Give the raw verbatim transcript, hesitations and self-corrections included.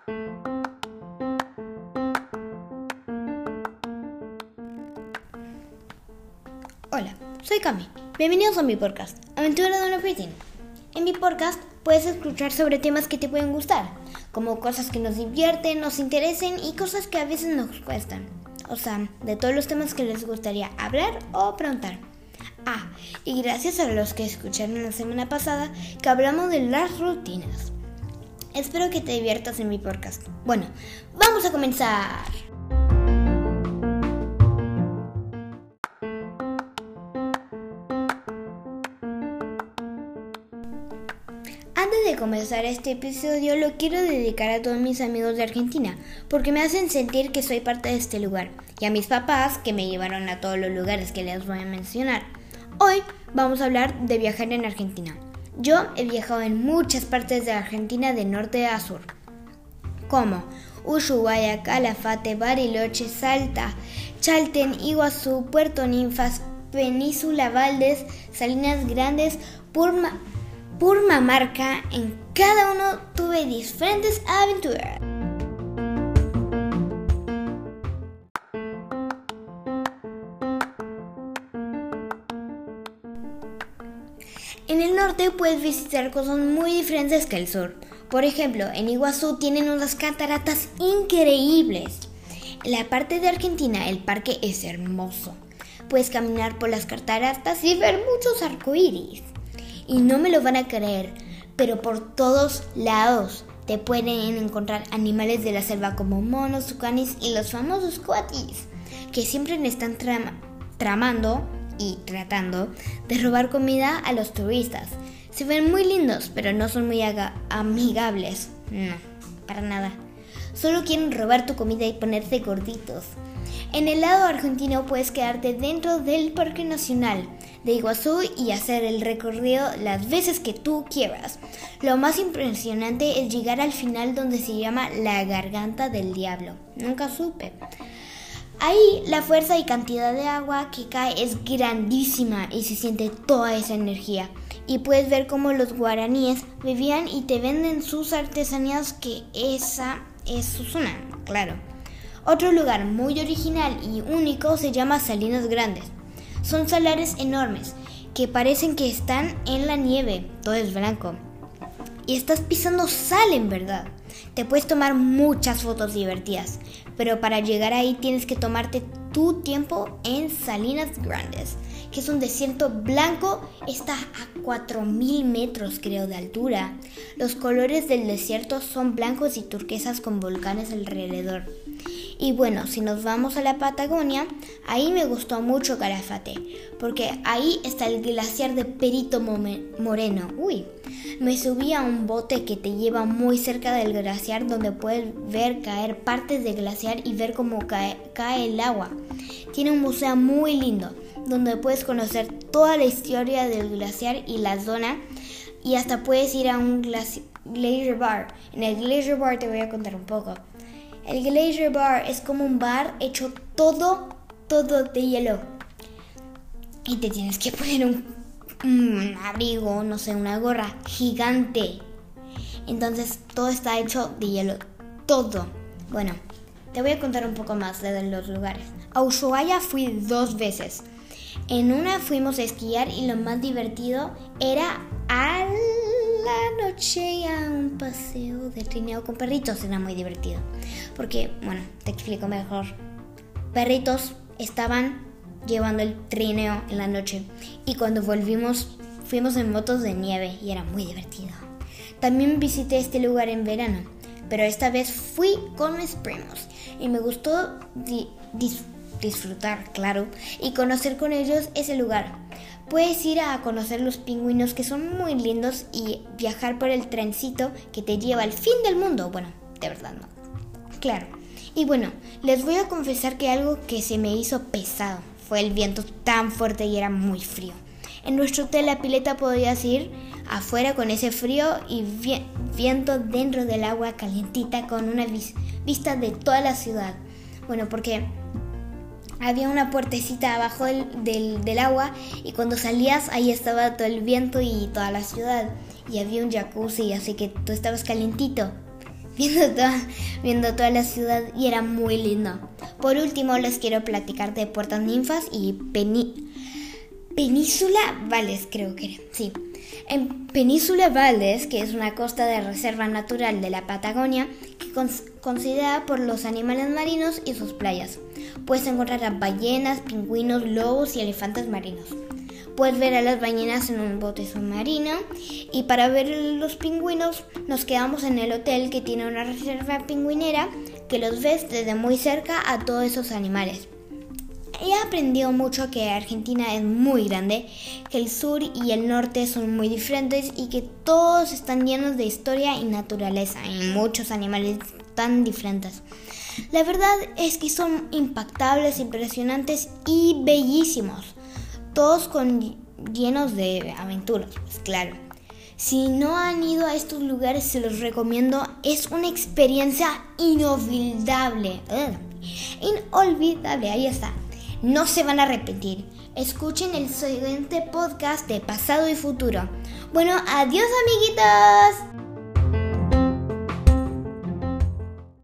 Hola, soy Cami. Bienvenidos a mi podcast, Aventura de una Preteen. En mi podcast puedes escuchar sobre temas que te pueden gustar, como cosas que nos divierten, nos interesen y cosas que a veces nos cuestan. O sea, de todos los temas que les gustaría hablar o preguntar. Ah, y gracias a los que escucharon la semana pasada que hablamos de las rutinas. Espero que te diviertas en mi podcast. Bueno, vamos a comenzar. Antes de comenzar este episodio lo quiero dedicar a todos mis amigos de Argentina porque me hacen sentir que soy parte de este lugar y a mis papás que me llevaron a todos los lugares que les voy a mencionar. Hoy vamos a hablar de viajar en Argentina. Yo he viajado en muchas partes de Argentina de norte a sur, como Ushuaia, Calafate, Bariloche, Salta, Chalten, Iguazú, Puerto Ninfas, Península Valdés, Salinas Grandes, Purma, Purmamarca. En cada uno tuve diferentes aventuras. En el norte puedes visitar cosas muy diferentes que el sur. Por ejemplo, en Iguazú tienen unas cataratas increíbles. En la parte de Argentina el parque es hermoso. Puedes caminar por las cataratas y ver muchos arcoíris. Y no me lo van a creer, pero por todos lados te pueden encontrar animales de la selva como monos, tucanes y los famosos coatis, que siempre están trama, tramando y tratando de robar comida a los turistas. Se ven muy lindos, pero no son muy amigables. No, para nada. Solo quieren robar tu comida y ponerse gorditos. En el lado argentino puedes quedarte dentro del Parque Nacional de Iguazú y hacer el recorrido las veces que tú quieras. Lo más impresionante es llegar al final donde se llama la Garganta del Diablo. Nunca supe. Ahí la fuerza y cantidad de agua que cae es grandísima y se siente toda esa energía. Y puedes ver cómo los guaraníes vivían y te venden sus artesanías, que esa es su zona, claro. Otro lugar muy original y único se llama Salinas Grandes. Son salares enormes que parecen que están en la nieve, todo es blanco. Y estás pisando sal en verdad. Te puedes tomar muchas fotos divertidas, pero para llegar ahí tienes que tomarte tu tiempo en Salinas Grandes, que es un desierto blanco, está a cuatro mil metros creo de altura. Los colores del desierto son blancos y turquesas con volcanes alrededor. Y bueno, si nos vamos a la Patagonia, ahí me gustó mucho Calafate, porque ahí está el glaciar de Perito Moreno. Uy, me subí a un bote que te lleva muy cerca del glaciar, donde puedes ver caer partes del glaciar y ver cómo cae, cae el agua. Tiene un museo muy lindo, donde puedes conocer toda la historia del glaciar y la zona, y hasta puedes ir a un glaci- glacier bar. En el glacier bar te voy a contar un poco. El Glacier Bar es como un bar hecho todo, todo de hielo. Y te tienes que poner un, un abrigo, no sé, una gorra gigante. Entonces todo está hecho de hielo, todo. Bueno, te voy a contar un poco más de los lugares. A Ushuaia fui dos veces. En una fuimos a esquiar y lo más divertido era a la noche a un paseo de trineo con perritos. Era muy divertido. Porque, bueno, te explico mejor. Perritos estaban llevando el trineo en la noche y cuando volvimos fuimos en motos de nieve y era muy divertido. También visité este lugar en verano, pero esta vez fui con mis primos y me gustó di- dis- disfrutar, claro, y conocer con ellos ese lugar. Puedes ir a conocer los pingüinos, que son muy lindos, y viajar por el trencito que te lleva al fin del mundo. Bueno, de verdad no. Claro. Y bueno, les voy a confesar que algo que se me hizo pesado fue el viento tan fuerte y era muy frío. En nuestro hotel la pileta podías ir afuera con ese frío y vi- viento dentro del agua calientita con una vis- vista de toda la ciudad. Bueno, porque había una puertecita abajo del, del, del agua y cuando salías ahí estaba todo el viento y toda la ciudad. Y había un jacuzzi, así que tú estabas calientito. viendo toda, viendo toda la ciudad y era muy lindo. Por último, les quiero platicar de Puerto Ninfas y Peni- Península Valles, creo que era, sí. En Península Valles, que es una costa de reserva natural de la Patagonia, que es considerada por los animales marinos y sus playas. Puedes encontrar a ballenas, pingüinos, lobos y elefantes marinos. Puedes ver a las ballenas en un bote submarino y para ver los pingüinos nos quedamos en el hotel que tiene una reserva pingüinera que los ves desde muy cerca a todos esos animales. He aprendido mucho que Argentina es muy grande, que el sur y el norte son muy diferentes y que todos están llenos de historia y naturaleza y muchos animales tan diferentes. La verdad es que son impactables, impresionantes y bellísimos, todos con, llenos de aventuras, pues claro. Si no han ido a estos lugares, se los recomiendo, es una experiencia inolvidable, inolvidable, ahí está. No se van a arrepentir. Escuchen el siguiente podcast de Pasado y Futuro. Bueno, adiós amiguitos.